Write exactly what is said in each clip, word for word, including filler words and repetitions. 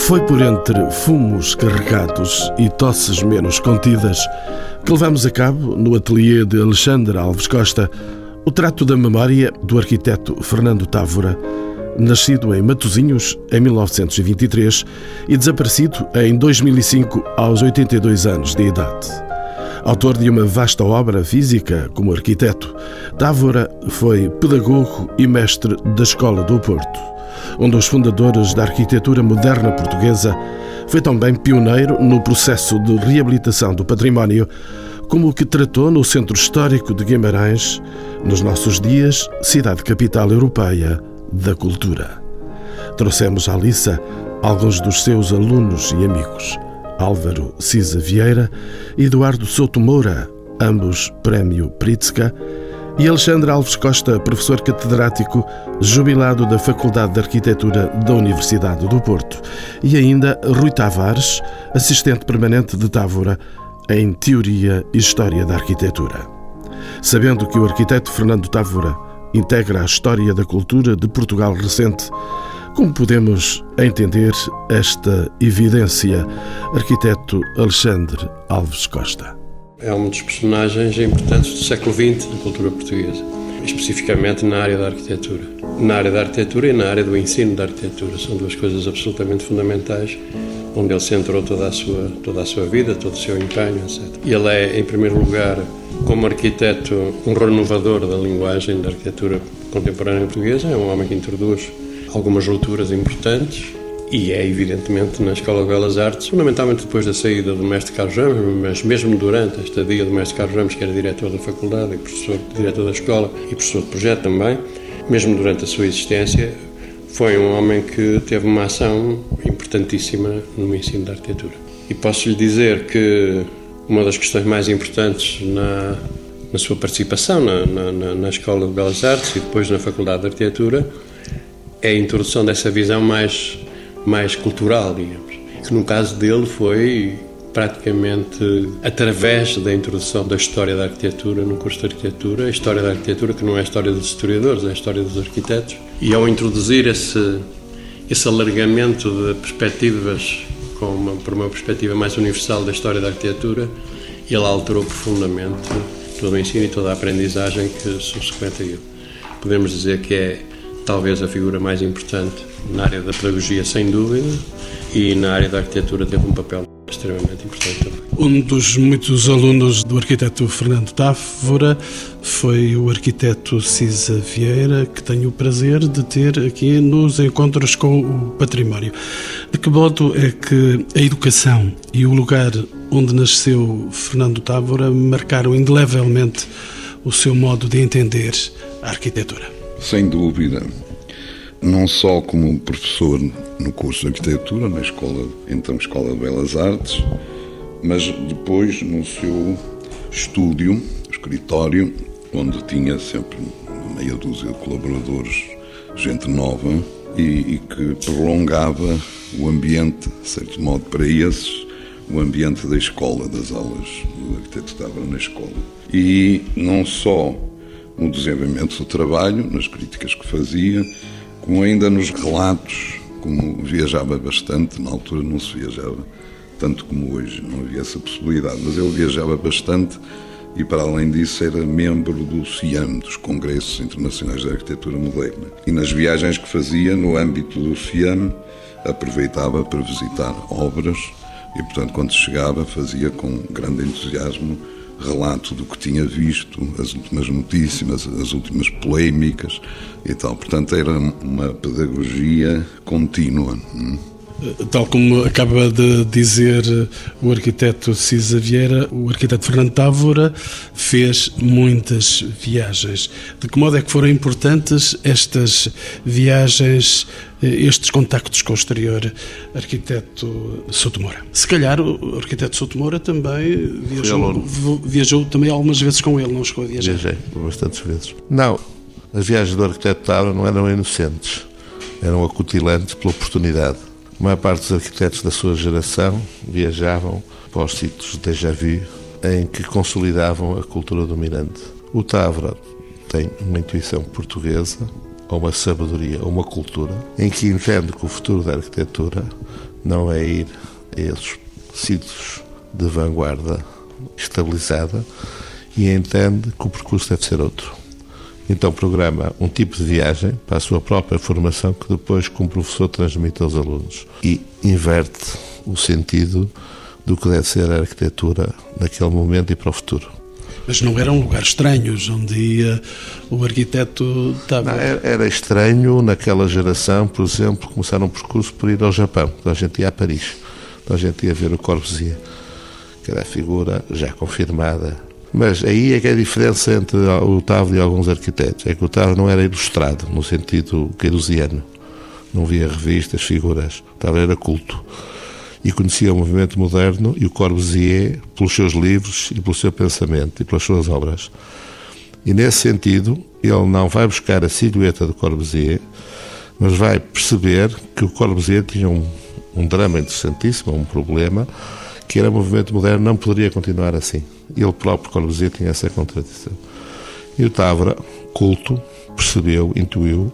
Foi por entre fumos carregados e tosses menos contidas que levamos a cabo, no ateliê de Alexandre Alves Costa, o trato da memória do arquiteto Fernando Távora, nascido em Matosinhos em mil novecentos e vinte e três e desaparecido em dois mil e cinco aos oitenta e dois anos de idade. Autor de uma vasta obra física como arquiteto, Távora foi pedagogo e mestre da Escola do Porto. Um dos fundadores da arquitetura moderna portuguesa, foi também pioneiro no processo de reabilitação do património, como o que tratou no Centro Histórico de Guimarães, nos nossos dias, cidade capital europeia da cultura. Trouxemos à liça alguns dos seus alunos e amigos, Álvaro Cisa Vieira e Eduardo Souto Moura, ambos Prémio Pritzker, e Alexandre Alves Costa, professor catedrático, jubilado da Faculdade de Arquitetura da Universidade do Porto, e ainda Rui Tavares, assistente permanente de Távora em Teoria e História da Arquitetura. Sabendo que o arquiteto Fernando Távora integra a história da cultura de Portugal recente, como podemos entender esta evidência, arquiteto Alexandre Alves Costa? É um dos personagens importantes do século vinte da cultura portuguesa, especificamente na área da arquitetura. Na área da arquitetura e na área do ensino da arquitetura. São duas coisas absolutamente fundamentais, onde ele centrou toda a sua, toda a sua vida, todo o seu empenho, etcétera. E ele é, em primeiro lugar, como arquiteto, um renovador da linguagem da arquitetura contemporânea portuguesa. É um homem que introduz algumas rupturas importantes e é, evidentemente, na Escola de Belas Artes, fundamentalmente depois da saída do mestre Carlos Ramos, mas mesmo durante a estadia do mestre Carlos Ramos, que era diretor da faculdade e professor, diretor da escola e professor de projeto também, mesmo durante a sua existência, foi um homem que teve uma ação importantíssima no ensino da arquitetura. E posso-lhe dizer que uma das questões mais importantes na, na sua participação na, na, na Escola de Belas Artes e depois na Faculdade de Arquitetura é a introdução dessa visão mais, mais cultural, digamos, que no caso dele foi praticamente através da introdução da história da arquitetura no curso de arquitetura, a história da arquitetura que não é a história dos historiadores, é a história dos arquitetos, e ao introduzir esse, esse alargamento de perspectivas com uma, por uma perspectiva mais universal da história da arquitetura, ele alterou profundamente todo o ensino e toda a aprendizagem que subsequente a ele. Podemos dizer que é talvez a figura mais importante na área da pedagogia, sem dúvida, e na área da arquitetura teve um papel extremamente importante também. Um dos muitos alunos do arquiteto Fernando Távora foi o arquiteto Cisa Vieira, que tenho o prazer de ter aqui nos encontros com o património. De que modo é que a educação e o lugar onde nasceu Fernando Távora marcaram indelevelmente o seu modo de entender a arquitetura? Sem dúvida. Não só como professor no curso de arquitetura, na escola, então Escola de Belas Artes, mas depois no seu estúdio, escritório, onde tinha sempre meia dúzia de colaboradores, gente nova, e, e que prolongava o ambiente, de certo modo, para esses, o ambiente da escola, das aulas do arquiteto Távora na escola. E não só no desenvolvimento do trabalho, nas críticas que fazia, como ainda nos relatos, como viajava bastante, na altura não se viajava tanto como hoje, não havia essa possibilidade, mas ele viajava bastante e, para além disso, era membro do C I A M, dos Congressos Internacionais de Arquitetura Moderna. E nas viagens que fazia, no âmbito do C I A M, aproveitava para visitar obras e, portanto, quando chegava, fazia com grande entusiasmo relato do que tinha visto, as últimas notícias, as últimas polémicas e tal. Portanto, era uma pedagogia contínua. Tal como acaba de dizer o arquiteto Cisa Vieira, o arquiteto Fernando Távora fez muitas viagens. De que modo é que foram importantes estas viagens, estes contactos com o exterior, arquiteto Souto Moura? Se calhar o arquiteto Souto Moura também viajou, viajou também algumas vezes com ele, não chegou a viajar? Viajei bastantes vezes. Não, as viagens do arquiteto Távora não eram inocentes, eram acutilantes pela oportunidade. A maior parte dos arquitetos da sua geração viajavam para os sítios de déjà vu em que consolidavam a cultura dominante. O Távora tem uma intuição portuguesa, ou uma sabedoria, ou uma cultura, em que entende que o futuro da arquitetura não é ir a esses sítios de vanguarda estabilizada e entende que o percurso deve ser outro. Então programa um tipo de viagem para a sua própria formação que depois, como professor, transmite aos alunos e inverte o sentido do que deve ser a arquitetura naquele momento e para o futuro. Mas não eram lugares estranhos onde ia o arquiteto estava... Não, era estranho naquela geração, por exemplo, começar um percurso por ir ao Japão. Então a gente ia a Paris, então a gente ia ver o Corbusier, que era a figura já confirmada. Mas aí é que é a diferença entre o Tavro e alguns arquitetos. É que o Tavro não era ilustrado, no sentido queirusiano. Não via revistas, figuras. O Tavro era culto. E conhecia o movimento moderno e o Corbusier pelos seus livros e pelo seu pensamento e pelas suas obras. E nesse sentido, ele não vai buscar a silhueta do Corbusier, mas vai perceber que o Corbusier tinha um, um drama interessantíssimo, um problema, que era o movimento moderno não poderia continuar assim. Ele próprio, Corbusier, tinha essa contradição. E o Tavra, culto, percebeu, intuiu,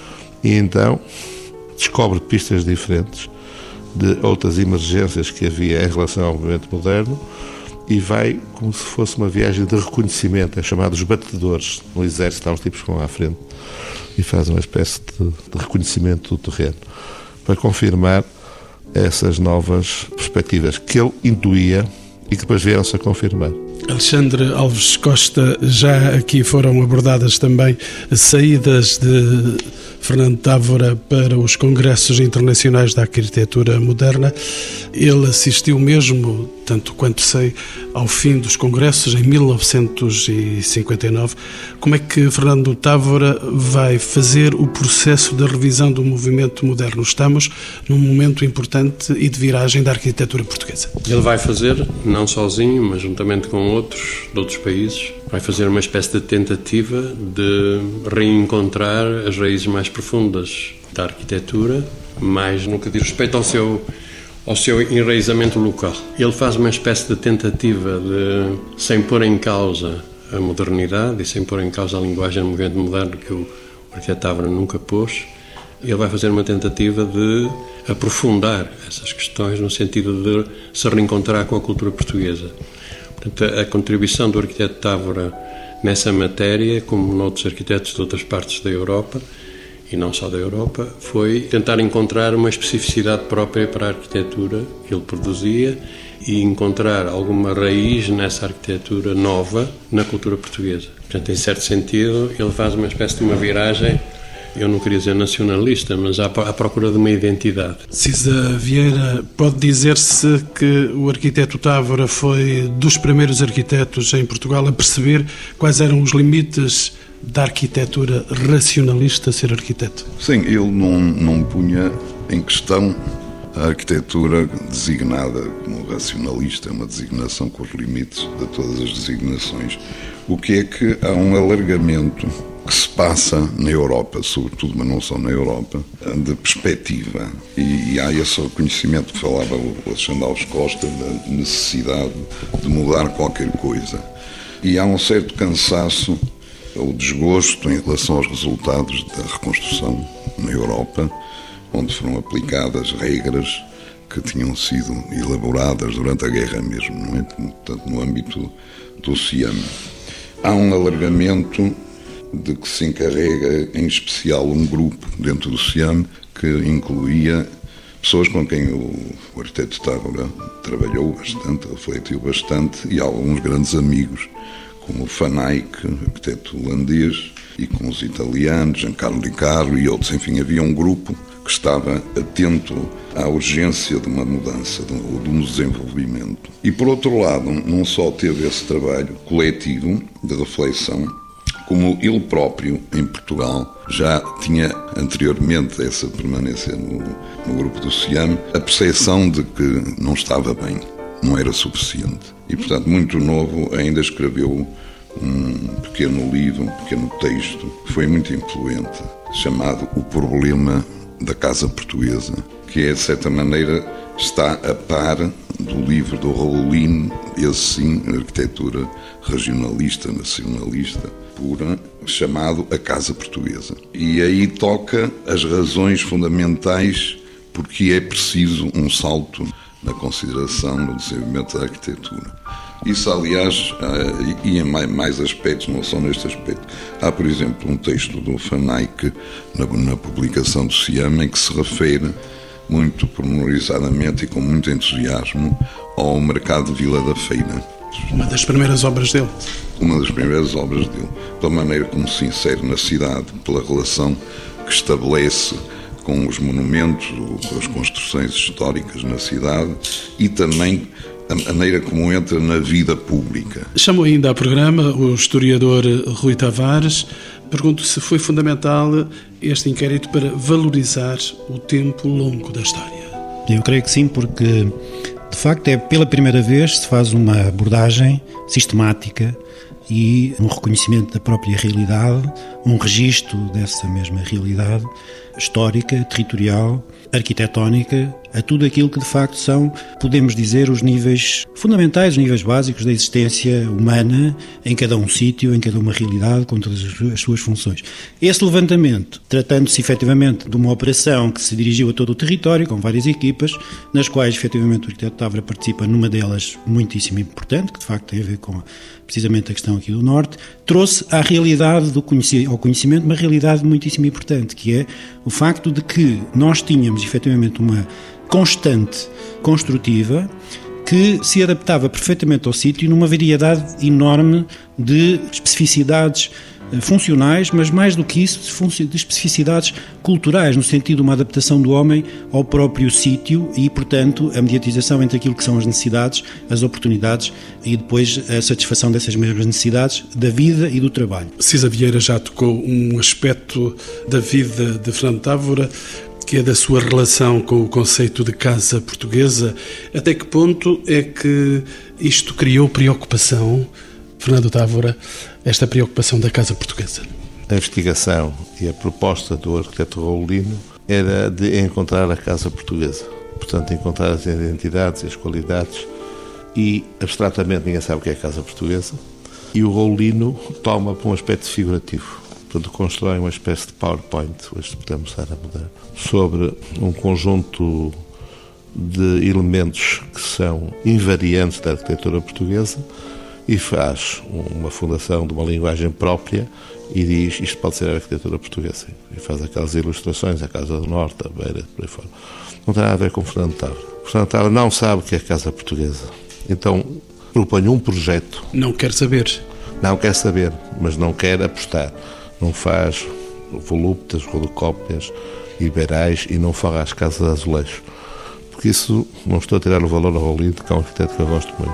e então descobre pistas diferentes de outras emergências que havia em relação ao movimento moderno e vai como se fosse uma viagem de reconhecimento, é chamado os batedores. No exército há uns tipos que vão à frente e fazem uma espécie de, de reconhecimento do terreno para confirmar essas novas perspectivas que ele intuía e que depois vieram-se a confirmar. Alexandre Alves Costa, já aqui foram abordadas também saídas de Fernando Távora para os congressos internacionais da arquitetura moderna. Ele assistiu mesmo, tanto quanto sei, ao fim dos congressos em mil novecentos e cinquenta e nove. Como é que Fernando Távora vai fazer o processo de revisão do movimento moderno? Estamos num momento importante e de viragem da arquitetura portuguesa. Ele vai fazer, não sozinho, mas juntamente com outros, de outros países, vai fazer uma espécie de tentativa de reencontrar as raízes mais profundas da arquitetura, mais no que diz respeito ao seu, ao seu enraizamento local. Ele faz uma espécie de tentativa de, sem pôr em causa a modernidade e sem pôr em causa a linguagem do movimento moderno que o arquiteto Távora nunca pôs, ele vai fazer uma tentativa de aprofundar essas questões no sentido de se reencontrar com a cultura portuguesa. Portanto, a contribuição do arquiteto Távora nessa matéria, como noutros arquitetos de outras partes da Europa, e não só da Europa, foi tentar encontrar uma especificidade própria para a arquitetura que ele produzia e encontrar alguma raiz nessa arquitetura nova na cultura portuguesa. Portanto, em certo sentido, ele faz uma espécie de uma viragem, eu não queria dizer nacionalista, mas à procura de uma identidade. Cisa Vieira, pode dizer-se que o arquiteto Távora foi dos primeiros arquitetos em Portugal a perceber quais eram os limites da arquitetura racionalista ser arquiteto? Sim, ele não, não punha em questão a arquitetura designada como racionalista, é uma designação com os limites de todas as designações. O que é que há um alargamento que se passa na Europa, sobretudo, mas não só na Europa, de perspectiva. E, e há esse reconhecimento que falava o Alexandre Alves Costa, da necessidade de mudar qualquer coisa. E há um certo cansaço, ou desgosto em relação aos resultados da reconstrução na Europa, onde foram aplicadas regras que tinham sido elaboradas durante a guerra mesmo, não é? Portanto, no âmbito do CIAM. Há um alargamento de que se encarrega, em especial, um grupo dentro do CIAM que incluía pessoas com quem o, o arquiteto Távora trabalhou bastante, refletiu bastante, e alguns grandes amigos, como o Van Eyck, arquiteto holandês, e com os italianos, Giancarlo Di Carlo e outros. Enfim, havia um grupo que estava atento à urgência de uma mudança, de, de um desenvolvimento. E, por outro lado, não só teve esse trabalho coletivo de reflexão, como ele próprio, em Portugal, já tinha anteriormente essa permanência no, no grupo do CIAM, a percepção de que não estava bem, não era suficiente. E, portanto, muito novo, ainda escreveu um pequeno livro, um pequeno texto, que foi muito influente, chamado O Problema da Casa Portuguesa, que é, de certa maneira, está a par do livro do Raulin, esse sim, arquitetura regionalista, nacionalista, pura, chamado A Casa Portuguesa. E aí toca as razões fundamentais porque é preciso um salto na consideração no desenvolvimento da arquitetura. Isso, aliás, e em mais aspectos, não só neste aspecto. Há, por exemplo, um texto do Van Eyck, na, na publicação do Siam, em que se refere muito pormenorizadamente e com muito entusiasmo ao mercado de Vila da Feira. Uma das primeiras obras dele. Uma das primeiras obras dele. Pela maneira como se insere na cidade, pela relação que estabelece com os monumentos, com as construções históricas na cidade e também a maneira como entra na vida pública. Chamou ainda ao programa o historiador Rui Tavares. Pergunto se foi fundamental este inquérito para valorizar o tempo longo da história. Eu creio que sim, porque de facto é pela primeira vez que se faz uma abordagem sistemática e um reconhecimento da própria realidade, um registro dessa mesma realidade histórica, territorial, arquitetónica, a tudo aquilo que de facto são, podemos dizer, os níveis fundamentais, os níveis básicos da existência humana em cada um sítio, em cada uma realidade, com todas as suas funções. Esse levantamento, tratando-se efetivamente de uma operação que se dirigiu a todo o território, com várias equipas, nas quais efetivamente o arquiteto Távora participa numa delas muitíssimo importante, que de facto tem a ver com precisamente a questão aqui do Norte, trouxe à realidade do conhecimento, ao conhecimento uma realidade muitíssimo importante, que é o facto de que nós tínhamos efetivamente uma constante construtiva que se adaptava perfeitamente ao sítio numa variedade enorme de especificidades funcionais, mas mais do que isso, de especificidades culturais, no sentido de uma adaptação do homem ao próprio sítio e, portanto, a mediatização entre aquilo que são as necessidades, as oportunidades e depois a satisfação dessas mesmas necessidades da vida e do trabalho. Cisa Vieira já tocou um aspecto da vida de Fernando Távora, que é da sua relação com o conceito de casa portuguesa. Até que ponto é que isto criou preocupação, Fernando Távora, esta preocupação da casa portuguesa? A investigação e a proposta do arquiteto Raulino era de encontrar a casa portuguesa. Portanto, encontrar as identidades e as qualidades e, abstratamente, ninguém sabe o que é a casa portuguesa. E o Raulino toma para um aspecto figurativo. Portanto, constrói uma espécie de PowerPoint, hoje podemos usar a moderna, sobre um conjunto de elementos que são invariantes da arquitetura portuguesa e faz uma fundação de uma linguagem própria e diz isto pode ser a arquitetura portuguesa. E faz aquelas ilustrações, a Casa do Norte, a Beira, por aí fora. Não tem nada a ver com Fernando Távora. Fernando Távora não sabe o que é a casa portuguesa. Então propõe um projeto. Não quer saber. Não quer saber, mas não quer apostar. Não faz volúptas, rodocópias, iberais e não forra as casas de azulejo. Porque isso, não estou a tirar o valor ao Raulino, que é um arquiteto que eu gosto muito.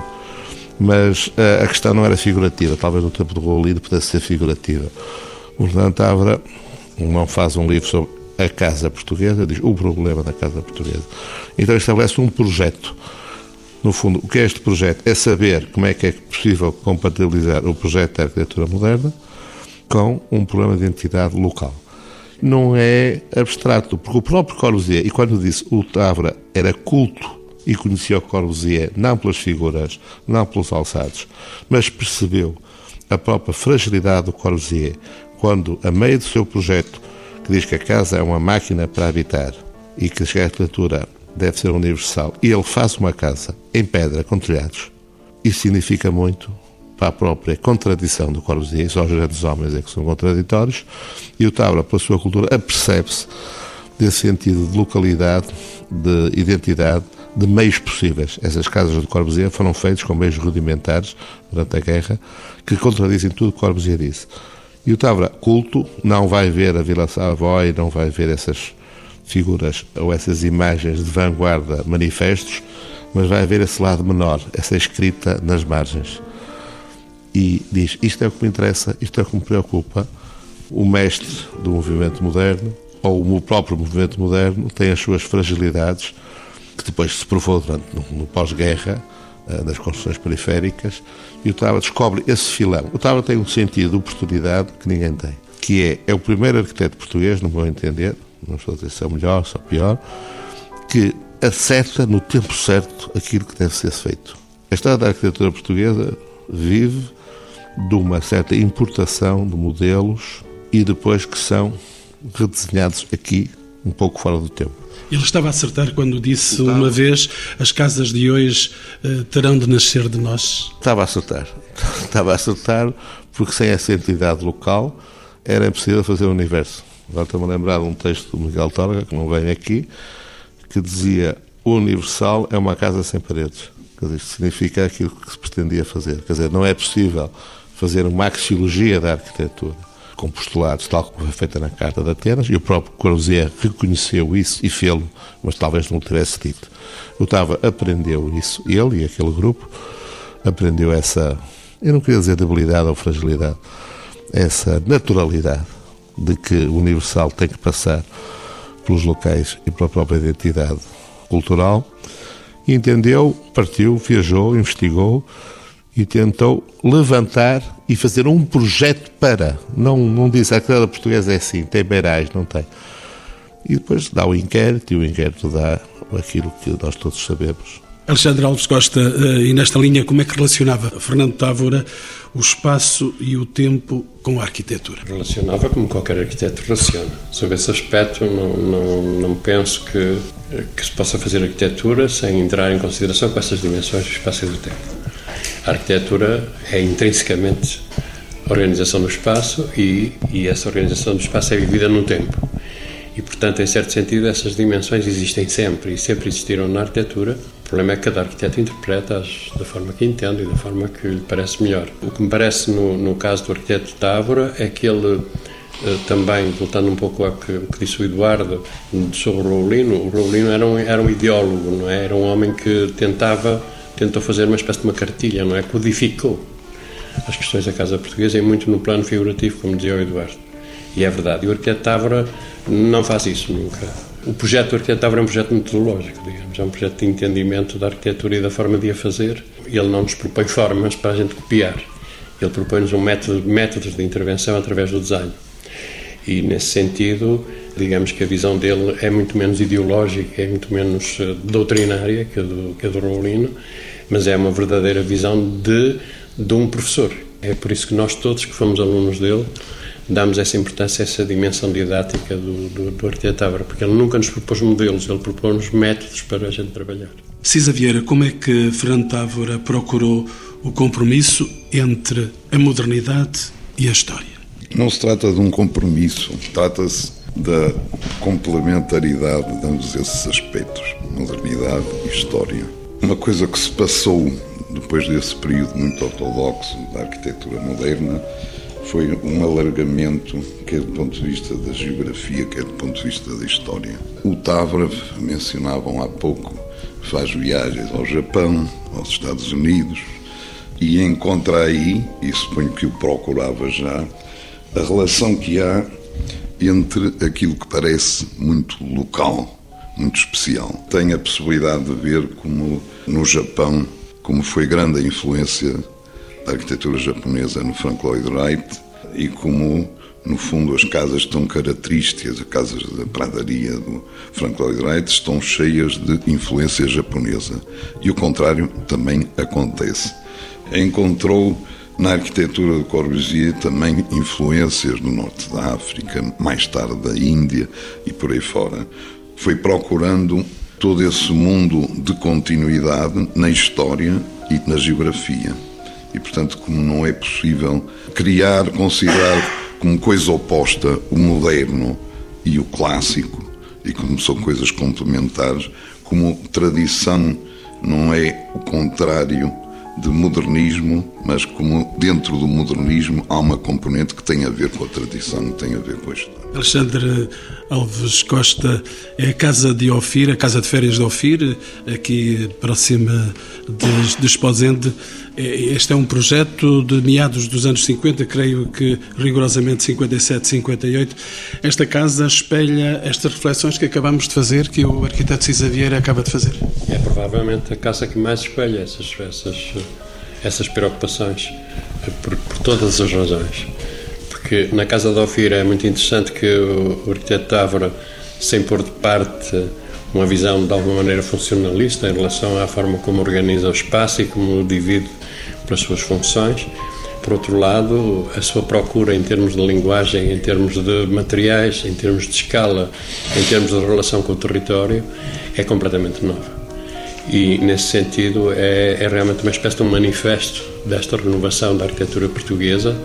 Mas a questão não era figurativa, talvez no tempo do Raulino pudesse ser figurativa. O Fernando Távora não faz um livro sobre a casa portuguesa, diz o problema da casa portuguesa. Então estabelece um projeto. No fundo, o que é este projeto? É saber como é que é possível compatibilizar o projeto da arquitetura moderna com um problema de identidade local. Não é abstrato, porque o próprio Corbusier, e quando disse o Távora era culto e conhecia o Corbusier não pelas figuras, não pelos alçados, mas percebeu a própria fragilidade do Corbusier quando, a meio do seu projeto, que diz que a casa é uma máquina para habitar e que a arquitetura deve ser universal, e ele faz uma casa em pedra com telhados, isso significa muito para a própria contradição do Corbusier, só os grandes homens é que são contraditórios, e o Távora, pela sua cultura, apercebe-se desse sentido de localidade, de identidade, de meios possíveis. Essas casas do Corbusier foram feitas com meios rudimentares durante a guerra, que contradizem tudo o que Corbusier disse. E o Távora, culto, não vai ver a Vila Savoy, não vai ver essas figuras ou essas imagens de vanguarda, manifestos, mas vai ver esse lado menor, essa escrita nas margens. E diz, isto é o que me interessa, isto é o que me preocupa. O mestre do movimento moderno, ou o próprio movimento moderno, tem as suas fragilidades, que depois se provou durante, no, no pós-guerra, nas construções periféricas, e o Távora descobre esse filão. O Távora tem um sentido de oportunidade que ninguém tem, que é, é o primeiro arquiteto português, no meu entender, não estou a dizer se é o melhor, se é o pior, que acerta no tempo certo aquilo que deve ser feito. A história da arquitetura portuguesa vive de uma certa importação de modelos e depois que são redesenhados aqui, um pouco fora do tempo. Ele estava a acertar quando disse estava. uma vez: as casas de hoje uh, terão de nascer de nós. Estava a acertar. Estava a acertar porque sem essa entidade local era impossível fazer o universo. Agora estou-me a lembrar de um texto do Miguel Torga, que não vem aqui, que dizia: o universal é uma casa sem paredes. Quer dizer, isto significa aquilo que se pretendia fazer. Quer dizer, não é possível fazer uma axiologia da arquitetura com postulados, tal como foi feita na Carta de Atenas, e o próprio Corbusier reconheceu isso e fê-lo, mas talvez não o tivesse dito. O Távora aprendeu isso, ele e aquele grupo, aprendeu essa, eu não queria dizer debilidade ou fragilidade, essa naturalidade de que o universal tem que passar pelos locais e pela própria identidade cultural, e entendeu, partiu, viajou, investigou e tentou levantar e fazer um projeto para. Não, não diz, a arquitetura portuguesa é assim, tem beirais, não tem. E depois dá o inquérito, e o inquérito dá aquilo que nós todos sabemos. Alexandre Alves Costa, e nesta linha, como é que relacionava Fernando Távora o espaço e o tempo com a arquitetura? Relacionava como qualquer arquiteto relaciona. Sob esse aspecto, não, não, não penso que, que se possa fazer arquitetura sem entrar em consideração com essas dimensões do espaço e do tempo. A arquitetura é intrinsecamente organização do espaço e, e essa organização do espaço é vivida no tempo. E, portanto, em certo sentido, essas dimensões existem sempre e sempre existiram na arquitetura. O problema é que cada arquiteto interpreta-as da forma que entende e da forma que lhe parece melhor. O que me parece no, no caso do arquiteto Távora é que ele também, voltando um pouco ao que, ao que disse o Eduardo sobre o Raulino, o Raulino era um, era um ideólogo, não é? Era um homem que tentava, tentou fazer uma espécie de uma cartilha, não é? Codificou as questões da casa portuguesa e muito no plano figurativo, como dizia o Eduardo. E é verdade. E o arquiteto Távora não faz isso nunca. O projeto do arquiteto Távora é um projeto metodológico, digamos, é um projeto de entendimento da arquitetura e da forma de a fazer. Ele não nos propõe formas para a gente copiar. Ele propõe-nos um método, métodos de intervenção através do design. E, nesse sentido, digamos que a visão dele é muito menos ideológica, é muito menos uh, doutrinária que a do, que a do Raulino, mas é uma verdadeira visão de, de um professor. É por isso que nós todos que fomos alunos dele damos essa importância, essa dimensão didática do, do, do arquiteto Távora, porque ele nunca nos propôs modelos, ele propôs métodos para a gente trabalhar. Cisa Vieira, como é que Fernando Távora procurou o compromisso entre a modernidade e a história? Não se trata de um compromisso, trata-se da complementaridade de ambos esses aspectos, modernidade e história. Uma coisa que se passou depois desse período muito ortodoxo da arquitetura moderna foi um alargamento, quer do ponto de vista da geografia, quer do ponto de vista da história. O Távora, mencionavam há pouco, faz viagens ao Japão, aos Estados Unidos, e encontra aí, e suponho que o procurava já, a relação que há entre aquilo que parece muito local, muito especial. Tem a possibilidade de ver como no Japão, como foi grande a influência da arquitetura japonesa no Frank Lloyd Wright e como, no fundo, as casas tão características, as casas da pradaria do Frank Lloyd Wright, estão cheias de influência japonesa. E o contrário também acontece. Encontrou na arquitetura de Corbusier também influências do norte da África, mais tarde da Índia e por aí fora. Foi procurando todo esse mundo de continuidade na história e na geografia. E, portanto, como não é possível criar, considerar como coisa oposta o moderno e o clássico, e como são coisas complementares, como tradição não é o contrário de modernismo, mas como dentro do modernismo há uma componente que tem a ver com a tradição, tem a ver com a história. Alexandre Alves Costa, é a Casa de Ofir, a Casa de Férias de Ofir, aqui próxima de, de Esposende. Este é um projeto de meados dos anos cinquenta, creio que rigorosamente cinquenta e sete, cinquenta e oito. Esta casa espelha estas reflexões que acabamos de fazer, que o arquiteto Cisa Vieira acaba de fazer. É provavelmente a casa que mais espelha essas, essas, essas preocupações, por, por todas as razões. Porque na Casa de Ofir é muito interessante que o, o arquiteto Távora, sem pôr de parte uma visão de alguma maneira funcionalista em relação à forma como organiza o espaço e como o divide pelas suas funções, Por outro lado, a sua procura em termos de linguagem, em termos de materiais, em termos de escala, em termos de relação com o território, é completamente nova. E, nesse sentido, é, é realmente uma espécie de um manifesto desta renovação da arquitetura portuguesa.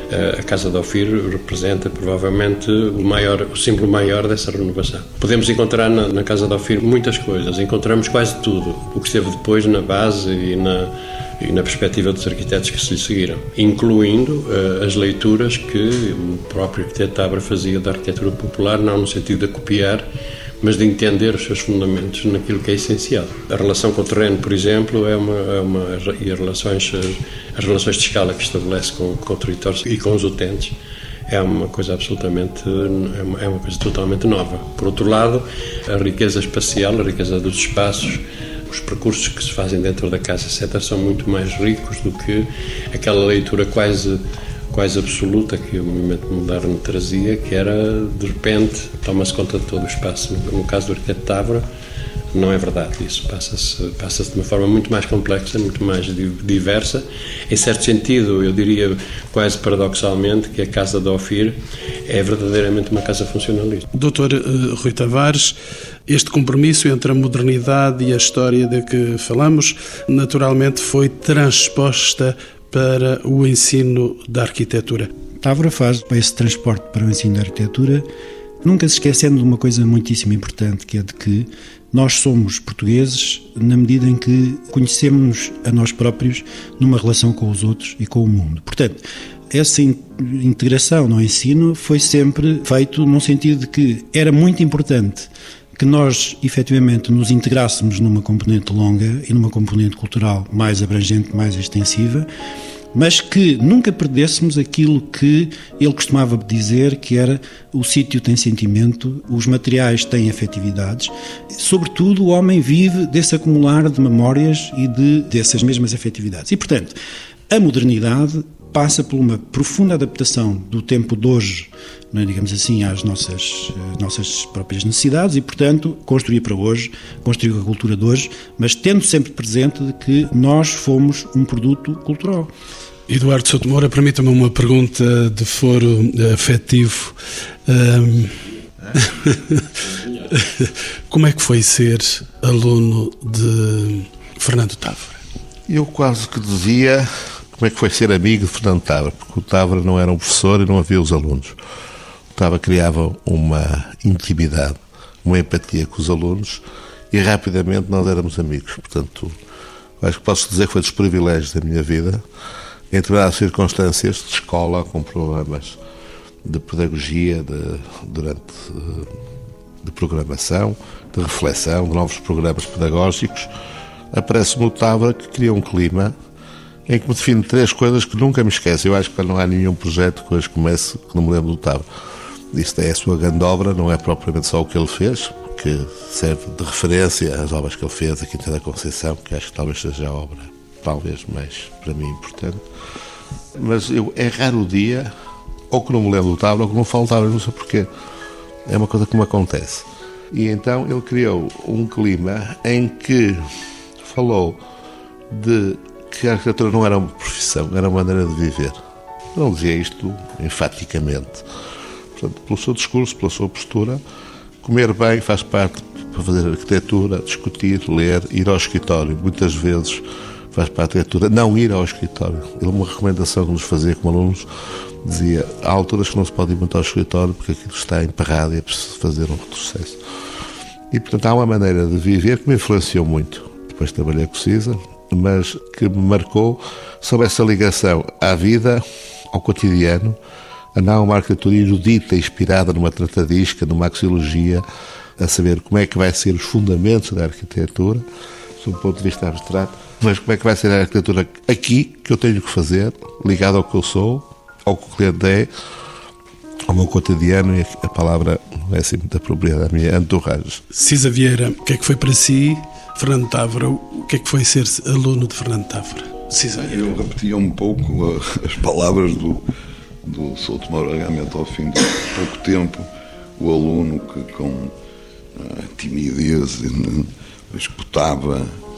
A Casa de Ofir representa provavelmente o, maior, o símbolo maior dessa renovação. Podemos encontrar na, na Casa de Ofir muitas coisas, encontramos quase tudo, o que esteve depois na base e na, e na perspectiva dos arquitetos que se lhe seguiram, incluindo uh, as leituras que o próprio arquiteto Távora fazia da arquitetura popular, não no sentido de copiar, mas de entender os seus fundamentos naquilo que é essencial. A relação com o terreno, por exemplo, é uma, é uma e as relações, as relações de escala que estabelece com, com o território e com os utentes é uma coisa absolutamente, é uma, é uma coisa totalmente nova. Por outro lado, a riqueza espacial, a riqueza dos espaços, os percursos que se fazem dentro da casa, etcétera, são muito mais ricos do que aquela leitura quase quase absoluta que o movimento moderno trazia, que era, de repente, toma-se conta de todo o espaço. No caso do arquiteto Távora, não é verdade isso. Passa-se, passa-se de uma forma muito mais complexa, muito mais diversa. Em certo sentido, eu diria quase paradoxalmente que a Casa de Ofir é verdadeiramente uma casa funcionalista. doutor uh, Rui Tavares, este compromisso entre a modernidade e a história de que falamos, naturalmente foi transposta para o ensino da arquitetura. Távora faz esse transporte para o ensino da arquitetura, nunca se esquecendo de uma coisa muitíssimo importante, que é de que nós somos portugueses na medida em que conhecemos a nós próprios numa relação com os outros e com o mundo. Portanto, essa integração no ensino foi sempre feito num sentido de que era muito importante que nós, efetivamente, nos integrássemos numa componente longa e numa componente cultural mais abrangente, mais extensiva, mas que nunca perdêssemos aquilo que ele costumava dizer, que era o sítio tem sentimento, os materiais têm afetividades, sobretudo o homem vive desse acumular de memórias e de, dessas mesmas afetividades. E, portanto, a modernidade passa por uma profunda adaptação do tempo de hoje, não é, digamos assim, às nossas, nossas próprias necessidades e, portanto, construir para hoje, construir a cultura de hoje, mas tendo sempre presente de que nós fomos um produto cultural. Eduardo Souto Moura, permita-me uma pergunta de foro afetivo. Um... Como é que foi ser aluno de Fernando Távora? Eu quase que dizia como é que foi ser amigo de Fernando Távora, porque o Távora não era um professor e não havia os alunos. O Távora criava uma intimidade, uma empatia com os alunos e rapidamente nós éramos amigos. Portanto, acho que posso dizer que foi dos privilégios da minha vida, em determinadas circunstâncias de escola, com problemas de pedagogia, de, durante, de programação, de reflexão, de novos programas pedagógicos, aparece-me o Távora que cria um clima em que me define três coisas que nunca me esqueço. Eu acho que não há nenhum projeto que hoje comece que não me lembro do Távora. Isto é a sua grande obra, não é propriamente só o que ele fez, que serve de referência às obras que ele fez, a Quinta da Conceição, que acho que talvez seja a obra, talvez mais, para mim, importante. Mas eu, é raro o dia, ou que não me lembro do Távora, ou que não falo do Távora, não sei porquê. É uma coisa que me acontece. E então ele criou um clima em que falou de que a arquitetura não era uma profissão, era uma maneira de viver. Não dizia isto enfaticamente. Portanto, pelo seu discurso, pela sua postura, comer bem faz parte para fazer arquitetura, discutir, ler, ir ao escritório. Muitas vezes faz parte da arquitetura não ir ao escritório. Ele, uma recomendação que nos fazia como alunos, dizia, há alturas que não se pode ir muito ao escritório porque aquilo está emperrado e é preciso fazer um retrocesso. E, portanto, há uma maneira de viver que me influenciou muito. Depois trabalhei com o Cisa, mas que me marcou sobre essa ligação à vida, ao cotidiano, a não uma arquitetura erudita, inspirada numa tratadisca, numa axiologia, a saber como é que vai ser os fundamentos da arquitetura, sob um ponto de vista abstrato, mas como é que vai ser a arquitetura aqui, que eu tenho que fazer, ligado ao que eu sou, ao que o cliente é, ao meu cotidiano, e a palavra não é assim muito apropriada, a minha entourage. Cisa Vieira, o que é que foi para si Fernando Távora? O que é que foi ser aluno de Fernando Távora? Cisa Vieira. Eu repetia um pouco as palavras do, do Souto Moura, realmente ao fim de pouco tempo, o aluno que com uh, timidez escutava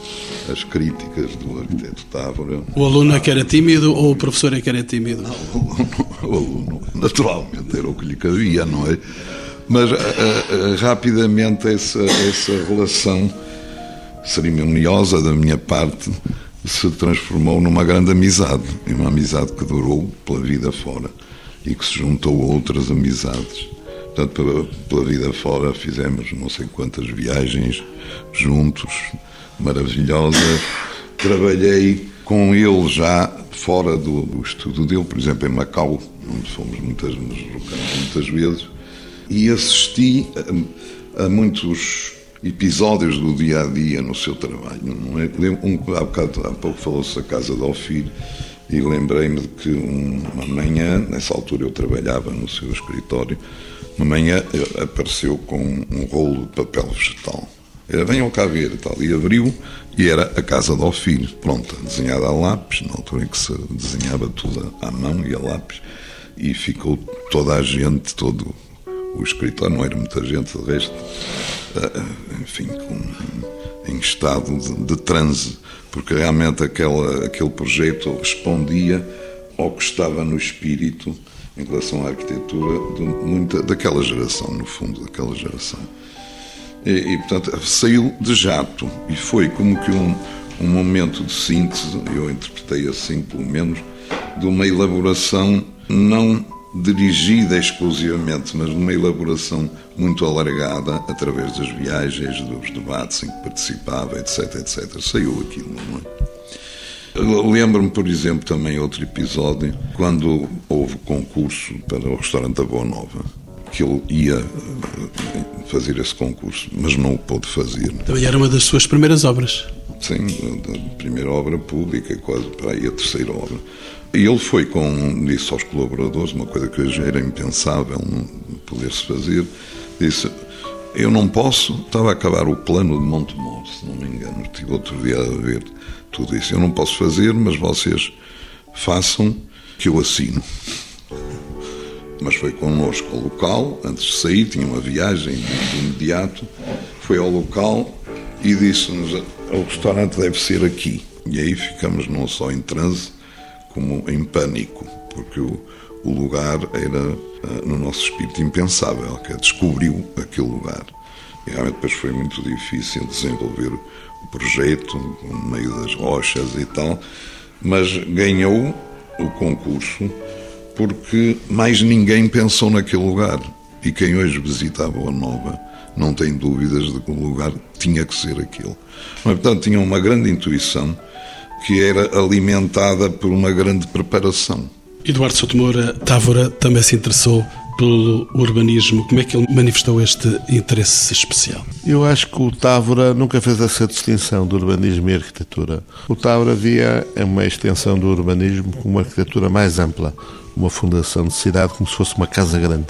as críticas do arquiteto Távora. O aluno é que era tímido ou o professor é que era tímido? Não, o aluno, o aluno naturalmente era o que lhe cabia, não é? Mas a, a, rapidamente essa, essa relação cerimoniosa da minha parte se transformou numa grande amizade, e uma amizade que durou pela vida fora e que se juntou a outras amizades. Portanto, pela, pela vida fora fizemos não sei quantas viagens juntos, maravilhosas. Trabalhei com ele já fora do, do estudo dele, por exemplo, em Macau, onde fomos muitas, nos deslocamos muitas vezes, e assisti a, a muitos episódios do dia-a-dia no seu trabalho. Não é? Um, há, bocado, há pouco falou-se da casa do filho, e lembrei-me de que uma manhã, nessa altura eu trabalhava no seu escritório, uma manhã apareceu com um rolo de papel vegetal. Era, venham cá ver e tal, e abriu, e era a casa do filho, pronta, desenhada a lápis, na altura em que se desenhava tudo à mão e a lápis, e ficou toda a gente, todo o escritório, não era muita gente, de resto, enfim, com, em estado de, de transe, porque realmente aquela, aquele projeto respondia ao que estava no espírito em relação à arquitetura de muita, daquela geração, no fundo, daquela geração. E, e, portanto, saiu de jato e foi como que um, um momento de síntese, eu interpretei assim, pelo menos, de uma elaboração não dirigida exclusivamente, mas de uma elaboração muito alargada através das viagens, dos debates em que participava, etc, etcétera. Saiu aquilo, não é? Lembro-me, por exemplo, também outro episódio, quando houve concurso para o restaurante da Boa Nova, que ele ia fazer esse concurso, mas não o pôde fazer. Também era uma das suas primeiras obras. Sim, a primeira obra pública, quase para aí a terceira obra. E ele foi com, disse aos colaboradores, uma coisa que hoje era impensável não poder-se fazer, disse, eu não posso, estava a acabar o plano de Montemor, se não me engano, estive outro dia a ver tudo isso, eu não posso fazer, mas vocês façam que eu assino. Mas foi connosco ao local, antes de sair, tinha uma viagem de imediato, foi ao local e disse-nos, o restaurante deve ser aqui. E aí ficamos não só em transe, como em pânico, porque o, o lugar era, no nosso espírito, impensável, que descobriu aquele lugar. E realmente depois foi muito difícil desenvolver o projeto, no meio das rochas e tal, mas ganhou o concurso porque mais ninguém pensou naquele lugar. E quem hoje visita a Boa Nova não tem dúvidas de que o lugar tinha que ser aquele. Mas, portanto, tinha uma grande intuição que era alimentada por uma grande preparação. Eduardo Souto Moura Távora também se interessou pelo urbanismo. Como é que ele manifestou este interesse especial? Eu acho que o Távora nunca fez essa distinção do urbanismo e arquitetura. O Távora via uma extensão do urbanismo como uma arquitetura mais ampla, uma fundação de cidade como se fosse uma casa grande.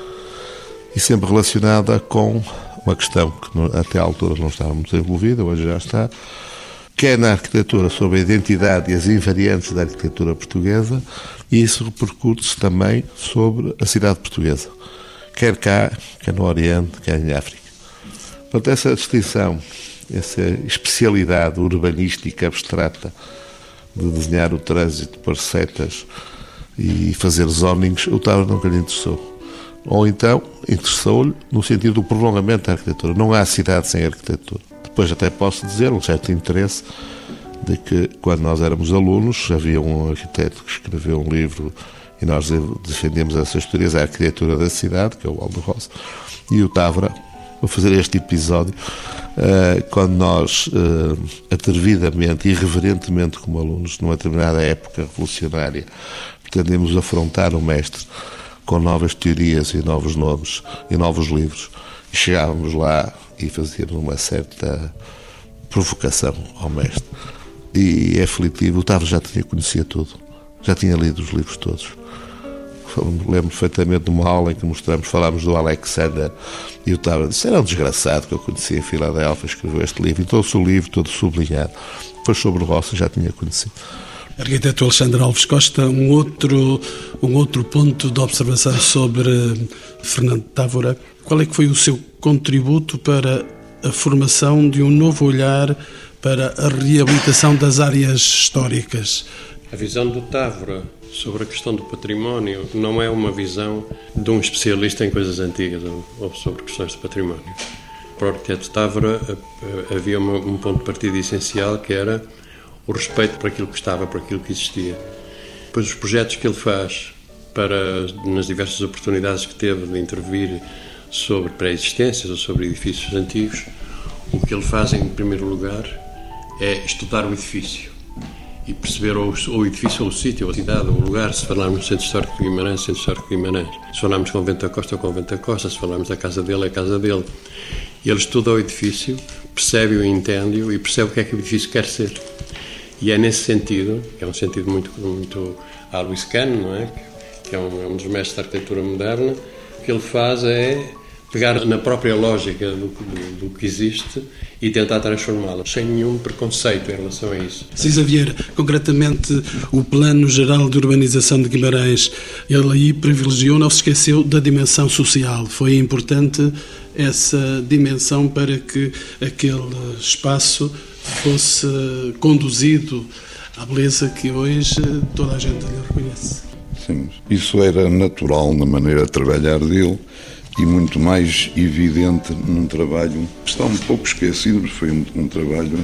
E sempre relacionada com uma questão que até à altura não estava muito envolvida, hoje já está, quer na arquitetura sobre a identidade e as invariantes da arquitetura portuguesa, e isso repercute-se também sobre a cidade portuguesa, quer cá, quer no Oriente, quer em África. Portanto, essa distinção, essa especialidade urbanística abstrata de desenhar o trânsito por setas e fazer zonings, o Távora nunca lhe interessou. Ou então, interessou-lhe no sentido do prolongamento da arquitetura. Não há cidade sem arquitetura. Depois até posso dizer um certo interesse de que, quando nós éramos alunos, havia um arquiteto que escreveu um livro e nós defendemos essas teorias, a arquitetura da cidade, que é o Aldo Rossi, e o Távora, vou fazer este episódio, quando nós, atrevidamente, irreverentemente como alunos, numa determinada época revolucionária, pretendemos afrontar o mestre com novas teorias e novos nomes e novos livros, e chegávamos lá e fazíamos uma certa provocação ao mestre. E é aflitivo, o Távora já tinha conhecido tudo, já tinha lido os livros todos. Lembro perfeitamente de uma aula em que mostramos, falámos do Alexander, e o Távora disse, era um desgraçado que eu conhecia em Filadélfia, escreveu este livro, e trouxe o livro todo sublinhado. Foi sobre o Rossi, já tinha conhecido. Arquiteto Alexandre Alves Costa, um outro, um outro ponto de observação sobre Fernando Távora. Qual é que foi o seu contributo para a formação de um novo olhar para a reabilitação das áreas históricas. A visão do Távora sobre a questão do património não é uma visão de um especialista em coisas antigas ou sobre questões de património. Para o arquiteto Távora havia um ponto de partida essencial, que era o respeito por aquilo que estava, por aquilo que existia. Depois os projetos que ele faz para, nas diversas oportunidades que teve de intervir sobre pré-existências ou sobre edifícios antigos, o que ele faz em primeiro lugar é estudar o edifício e perceber ou o edifício, ou o sítio, ou a cidade, ou o lugar. Se falarmos do Centro Histórico de Guimarães, Centro Histórico de Guimarães. Se falarmos com o Convento da Costa, com o Convento da Costa. Se falarmos da casa dele, é a casa dele. E ele estuda o edifício, percebe-o e entende-o e percebe o que é que o edifício quer ser. E é nesse sentido, que é um sentido muito, muito a Louis Kahn, não é? Que é um, é um dos mestres da arquitetura moderna, o que ele faz é pegar na própria lógica do, do, do que existe e tentar transformá-la, sem nenhum preconceito em relação a isso. Cisa Vieira, concretamente o Plano Geral de Urbanização de Guimarães, ele aí privilegiou, não se esqueceu da dimensão social. Foi importante essa dimensão para que aquele espaço fosse conduzido à beleza que hoje toda a gente lhe reconhece. Sim, isso era natural na maneira de trabalhar dele e muito mais evidente num trabalho que está um pouco esquecido, mas foi um, um trabalho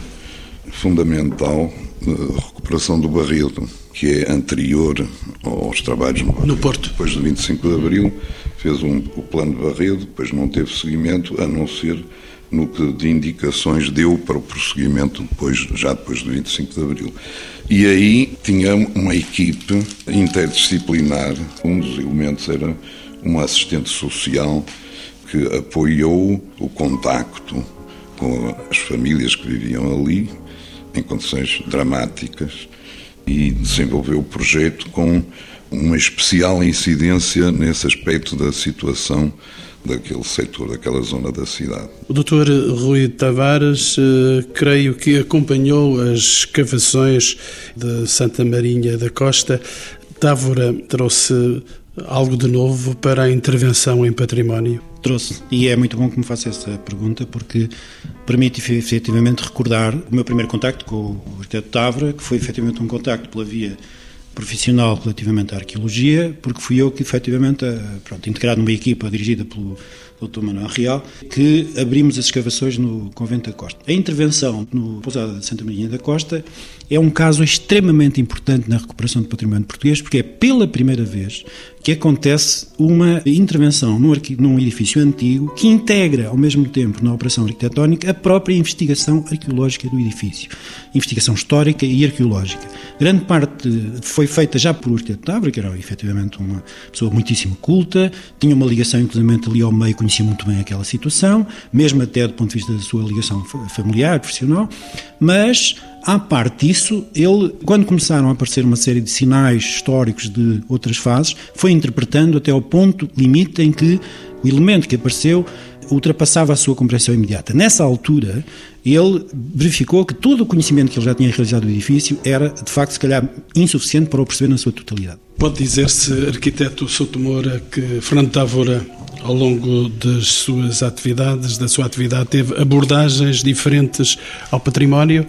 fundamental de recuperação do Barredo, que é anterior aos trabalhos no, no Porto. Depois de vinte e cinco de Abril fez um, o plano de Barredo, depois não teve seguimento, a não ser no que de indicações deu para o prosseguimento depois, já depois de vinte e cinco de Abril. E aí tinha uma equipe interdisciplinar, um dos elementos era uma assistente social que apoiou o contacto com as famílias que viviam ali, em condições dramáticas, e desenvolveu o projeto com uma especial incidência nesse aspecto da situação daquele setor, daquela zona da cidade. O doutor Rui Tavares, creio que acompanhou as escavações de Santa Marinha da Costa. Távora trouxe algo de novo para a intervenção em património? Trouxe, e é muito bom que me faça essa pergunta, porque permite efetivamente recordar o meu primeiro contacto com o arquiteto Távora, que foi efetivamente um contacto pela via profissional relativamente à arqueologia, porque fui eu que efetivamente, pronto, integrado numa equipa dirigida pelo doutor Manuel Real, que abrimos as escavações no Convento da Costa. A intervenção no Pousada de Santa Marinha da Costa é um caso extremamente importante na recuperação do património português, porque é pela primeira vez que acontece uma intervenção num, num edifício antigo que integra ao mesmo tempo na operação arquitetónica a própria investigação arqueológica do edifício, investigação histórica e arqueológica. Grande parte foi feita já por arquiteto Távora, que era efetivamente uma pessoa muitíssimo culta, tinha uma ligação inclusive ali ao meio, conhecia muito bem aquela situação, mesmo até do ponto de vista da sua ligação familiar, profissional, mas à parte disso, ele, quando começaram a aparecer uma série de sinais históricos de outras fases, foi interpretando até ao ponto limite em que o elemento que apareceu ultrapassava a sua compreensão imediata. Nessa altura, ele verificou que todo o conhecimento que ele já tinha realizado do edifício era, de facto, se calhar, insuficiente para o perceber na sua totalidade. Pode dizer-se, arquiteto Souto Moura, que Fernando Távora, ao longo das suas atividades, da sua atividade, teve abordagens diferentes ao património?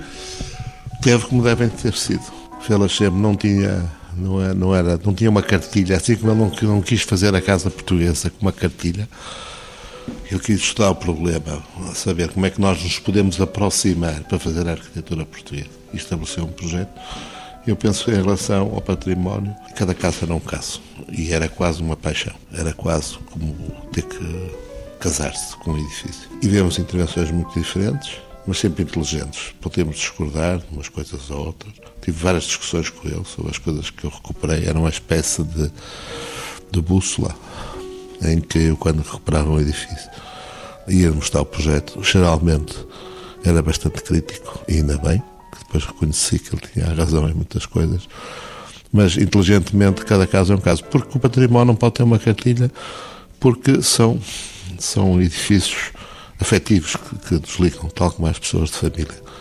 Teve, como devem ter sido. Fê-las sempre, não tinha, não era, não era, não tinha uma cartilha, assim como ele não, não quis fazer a Casa Portuguesa com uma cartilha. Ele quis estudar o problema, saber como é que nós nos podemos aproximar para fazer a arquitetura portuguesa. E estabeleceu um projeto. Eu penso que em relação ao património, cada caso era um caso. E era quase uma paixão. Era quase como ter que casar-se com um edifício. E vemos intervenções muito diferentes, mas sempre inteligentes. Podemos discordar de umas coisas ou outras. Tive várias discussões com ele sobre as coisas que eu recuperei. Era uma espécie de, de bússola, em que eu, quando recuperava um edifício, ia mostrar o projeto. Geralmente era bastante crítico, e ainda bem, que depois reconheci que ele tinha razão em muitas coisas. Mas, inteligentemente, cada caso é um caso. Porque o património não pode ter uma cartilha, porque são, são edifícios afetivos que, que nos ligam, tal como as pessoas de família.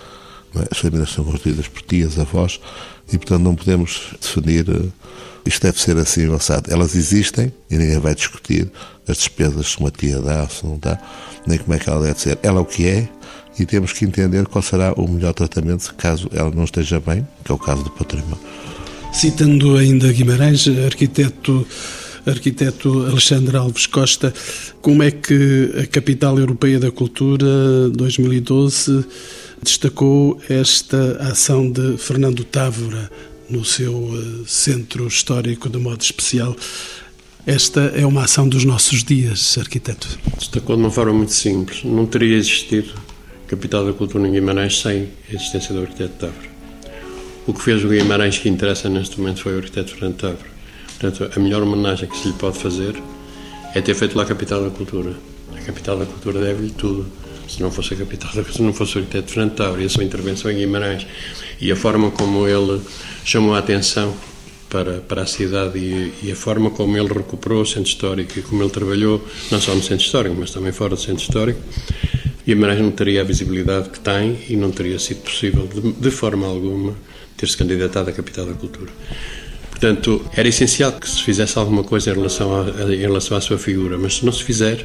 não é? As famílias são constituídas por tias, avós, e portanto não podemos definir uh, isto deve ser assim avançado. Elas existem e ninguém vai discutir as despesas se uma tia dá ou se não dá, nem como é que ela deve ser. Ela é o que é e temos que entender qual será o melhor tratamento caso ela não esteja bem, que é o caso do património. Citando ainda Guimarães, arquiteto, arquiteto Alexandre Alves Costa, como é que a Capital Europeia da Cultura dois mil e doze destacou esta ação de Fernando Távora no seu centro histórico de modo especial? Esta é uma ação dos nossos dias, arquiteto. Destacou de uma forma muito simples. Não teria existido Capital da Cultura em Guimarães sem a existência do arquiteto Távora. O que fez o Guimarães que interessa neste momento foi o arquiteto Fernando Távora. Portanto, a melhor homenagem que se lhe pode fazer é ter feito lá a Capital da Cultura. A Capital da Cultura deve-lhe tudo. Se não fosse a Capital da Cultura, se não fosse o arquiteto Fernando Távora e a sua intervenção em Guimarães e a forma como ele chamou a atenção para, para a cidade e, e a forma como ele recuperou o centro histórico e como ele trabalhou, não só no centro histórico, mas também fora do centro histórico, Guimarães não teria a visibilidade que tem e não teria sido possível, de, de forma alguma, ter-se candidatado à Capital da Cultura. Portanto, era essencial que se fizesse alguma coisa em relação, a, em relação à sua figura, mas se não se fizer,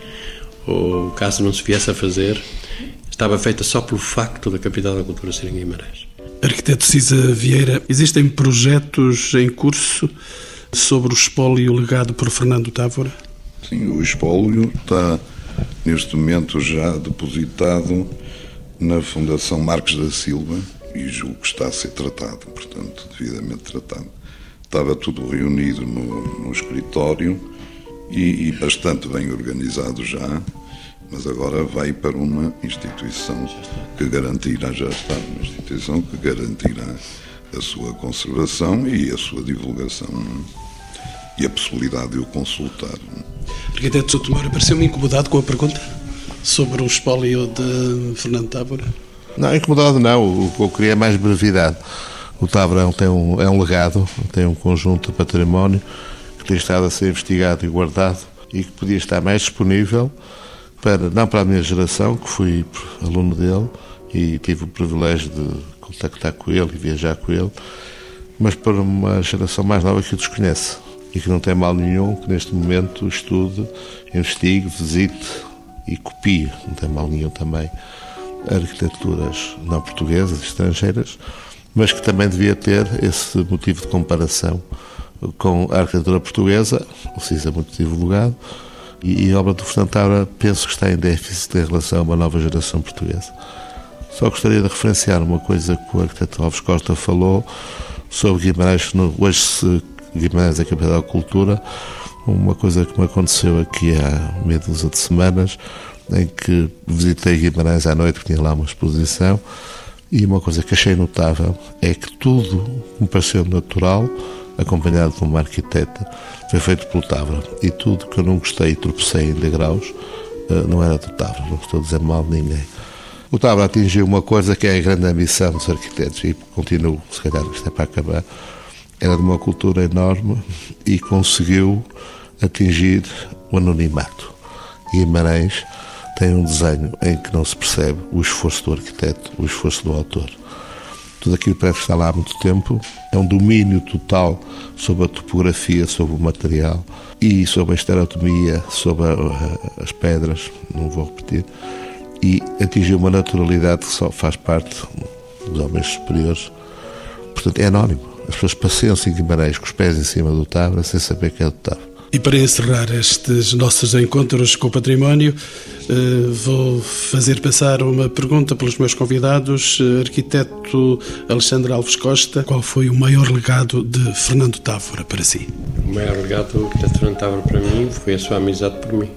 ou caso não se viesse a fazer, estava feita só pelo facto da Capital da Cultura ser em Guimarães. Arquiteto Cisa Vieira, existem projetos em curso sobre o espólio legado por Fernando Távora? Sim, o espólio está neste momento já depositado na Fundação Marcos da Silva e julgo que está a ser tratado, portanto, devidamente tratado. Estava tudo reunido no, no escritório e, e bastante bem organizado já, mas agora vai para uma instituição que garantirá, já está uma instituição que garantirá a sua conservação e a sua divulgação e a possibilidade de o consultar. Arquiteto Souto Moura, pareceu-me incomodado com a pergunta sobre o espólio de Fernando Távora? Não, incomodado não, o que eu queria é mais brevidade. O Távora tem um, é um legado, tem um conjunto de património que tem estado a ser investigado e guardado e que podia estar mais disponível para, não para a minha geração, que fui aluno dele e tive o privilégio de contactar com ele e viajar com ele, mas para uma geração mais nova que o desconhece e que não tem mal nenhum que neste momento estude, investigue, visite e copie, não tem mal nenhum também, arquiteturas não portuguesas, estrangeiras, mas que também devia ter esse motivo de comparação com a arquitetura portuguesa, o Cisa muito divulgado, e a obra do Fernando Távora penso que está em déficit em relação a uma nova geração portuguesa. Só gostaria de referenciar uma coisa que o arquiteto Alves Costa falou sobre Guimarães, hoje se Guimarães é a capital da cultura, uma coisa que me aconteceu aqui há meia dúzia de semanas, em que visitei Guimarães à noite, tinha lá uma exposição, e uma coisa que achei notável é que tudo me pareceu natural, acompanhado de uma arquiteta, foi feito pelo Távora. E tudo que eu não gostei e tropecei em degraus, não era do Távora, não estou a dizer mal de ninguém. O Távora atingiu uma coisa que é a grande ambição dos arquitetos, e continuo, se calhar isto é para acabar, era de uma cultura enorme e conseguiu atingir o anonimato. Guimarães tem um desenho em que não se percebe o esforço do arquiteto, o esforço do autor. Tudo aquilo parece estar lá há muito tempo, é um domínio total sobre a topografia, sobre o material e sobre a estereotomia, sobre a, a, as pedras, não vou repetir, e atingiu uma naturalidade que só faz parte dos homens superiores. Portanto, é anónimo. As pessoas passeiam-se em Guimarães com os pés em cima do Távora sem saber que é do Távora. E para encerrar estes nossos encontros com o património, vou fazer passar uma pergunta pelos meus convidados. Arquiteto Alexandre Alves Costa, qual foi o maior legado de Fernando Távora para si? O maior legado do arquiteto Fernando Távora para mim foi a sua amizade por mim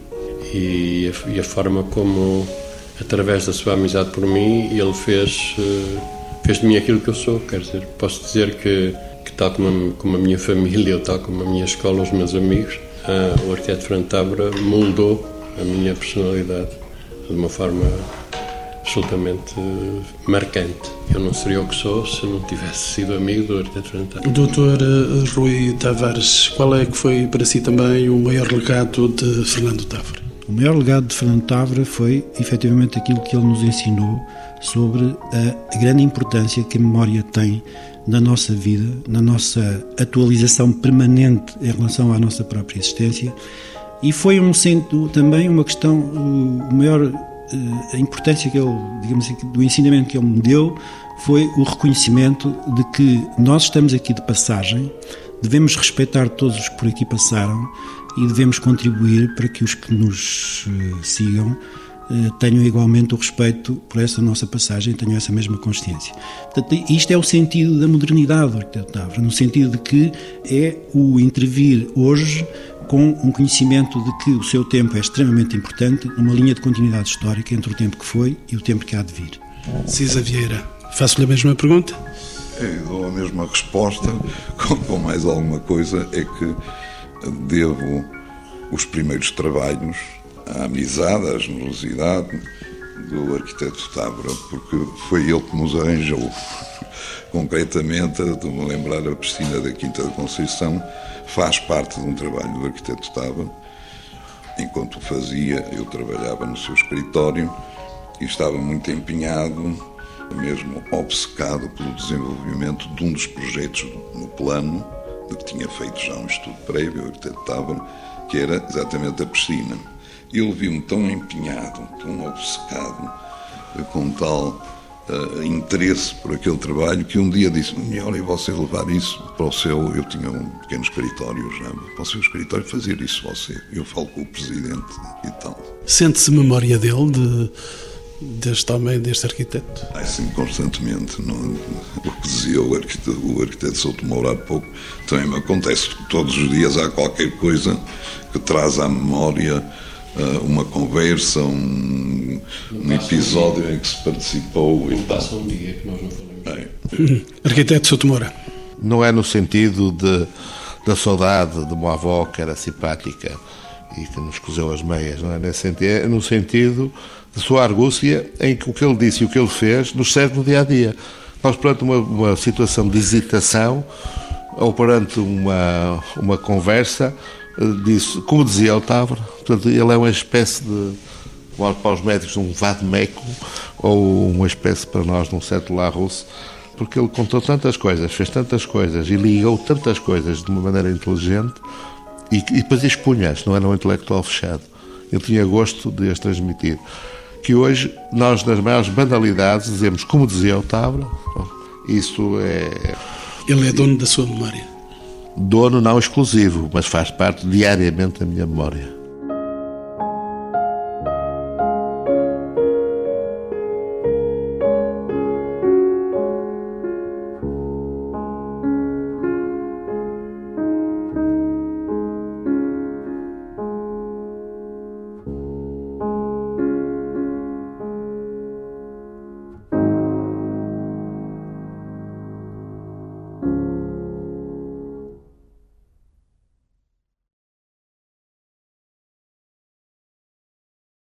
e a, e a forma como, através da sua amizade por mim, ele fez, fez de mim aquilo que eu sou. Quer dizer, posso dizer que, que tal como a, como a minha família, ou tal como a minha escola, os meus amigos, uh, o arquiteto Fernando Távora moldou a minha personalidade de uma forma absolutamente marcante. Eu não seria o que sou se não tivesse sido amigo do arquiteto Fernando Távora. doutor Rui Tavares, qual é que foi para si também o maior legado de Fernando Távora? O maior legado de Fernando Távora foi, efetivamente, aquilo que ele nos ensinou sobre a grande importância que a memória tem na nossa vida, na nossa atualização permanente em relação à nossa própria existência. E foi um centro, também uma questão, o maior, a importância que ele, digamos assim, do ensinamento que ele me deu foi o reconhecimento de que nós estamos aqui de passagem, devemos respeitar todos os que por aqui passaram e devemos contribuir para que os que nos sigam tenham igualmente o respeito por essa nossa passagem, tenham essa mesma consciência. Portanto, isto é o sentido da modernidade do arquiteto Távora, no sentido de que é o intervir hoje com um conhecimento de que o seu tempo é extremamente importante, numa linha de continuidade histórica entre o tempo que foi e o tempo que há de vir. Cisa Vieira, faço-lhe a mesma pergunta? Eu dou a mesma resposta, com, com mais alguma coisa, é que devo os primeiros trabalhos à amizade, à generosidade do arquiteto Távora, porque foi ele que nos arranjou. Concretamente, estou-me a lembrar, a piscina da Quinta da Conceição faz parte de um trabalho do arquiteto Távora. Enquanto o fazia, eu trabalhava no seu escritório e estava muito empenhado, mesmo obcecado pelo desenvolvimento de um dos projetos no plano, de que tinha feito já um estudo prévio, o arquiteto Távora, que era exatamente a piscina. Ele viu-me tão empenhado, tão obcecado, com tal uh, interesse por aquele trabalho, que um dia disse-me: melhor é você levar isso para o seu... Eu tinha um pequeno escritório já, para o seu escritório fazer isso você. Eu falo com o presidente e tal. Sente-se memória dele, de, deste homem, deste arquiteto? Ah, sim, constantemente. Não, o que dizia o arquiteto, o arquiteto Souto Moura há pouco, também me acontece. Todos os dias há qualquer coisa que traz à memória uma conversa, um, um episódio em que se participou e tal. Passa um dia que nós não falamos. É. Arquiteto Souto Moura. Não é no sentido de, da saudade de uma avó que era simpática e que nos cozeu as meias, não é nesse sentido, é no sentido de sua argúcia, em que o que ele disse e o que ele fez nos serve no dia-a-dia. Nós, perante uma, uma situação de hesitação ou perante uma, uma conversa, disse, como dizia o Távora, portanto, ele é uma espécie de, para os médicos, um vade-mecum, ou uma espécie para nós de um certo Larousse, porque ele contou tantas coisas, fez tantas coisas e ligou tantas coisas de uma maneira inteligente e, e depois expunha-as, não era um intelectual fechado. Ele tinha gosto de as transmitir. Que hoje, nós, nas maiores banalidades, dizemos, como dizia o Távora, isso é... Ele é dono da sua memória. Dono não exclusivo, mas faz parte diariamente da minha memória.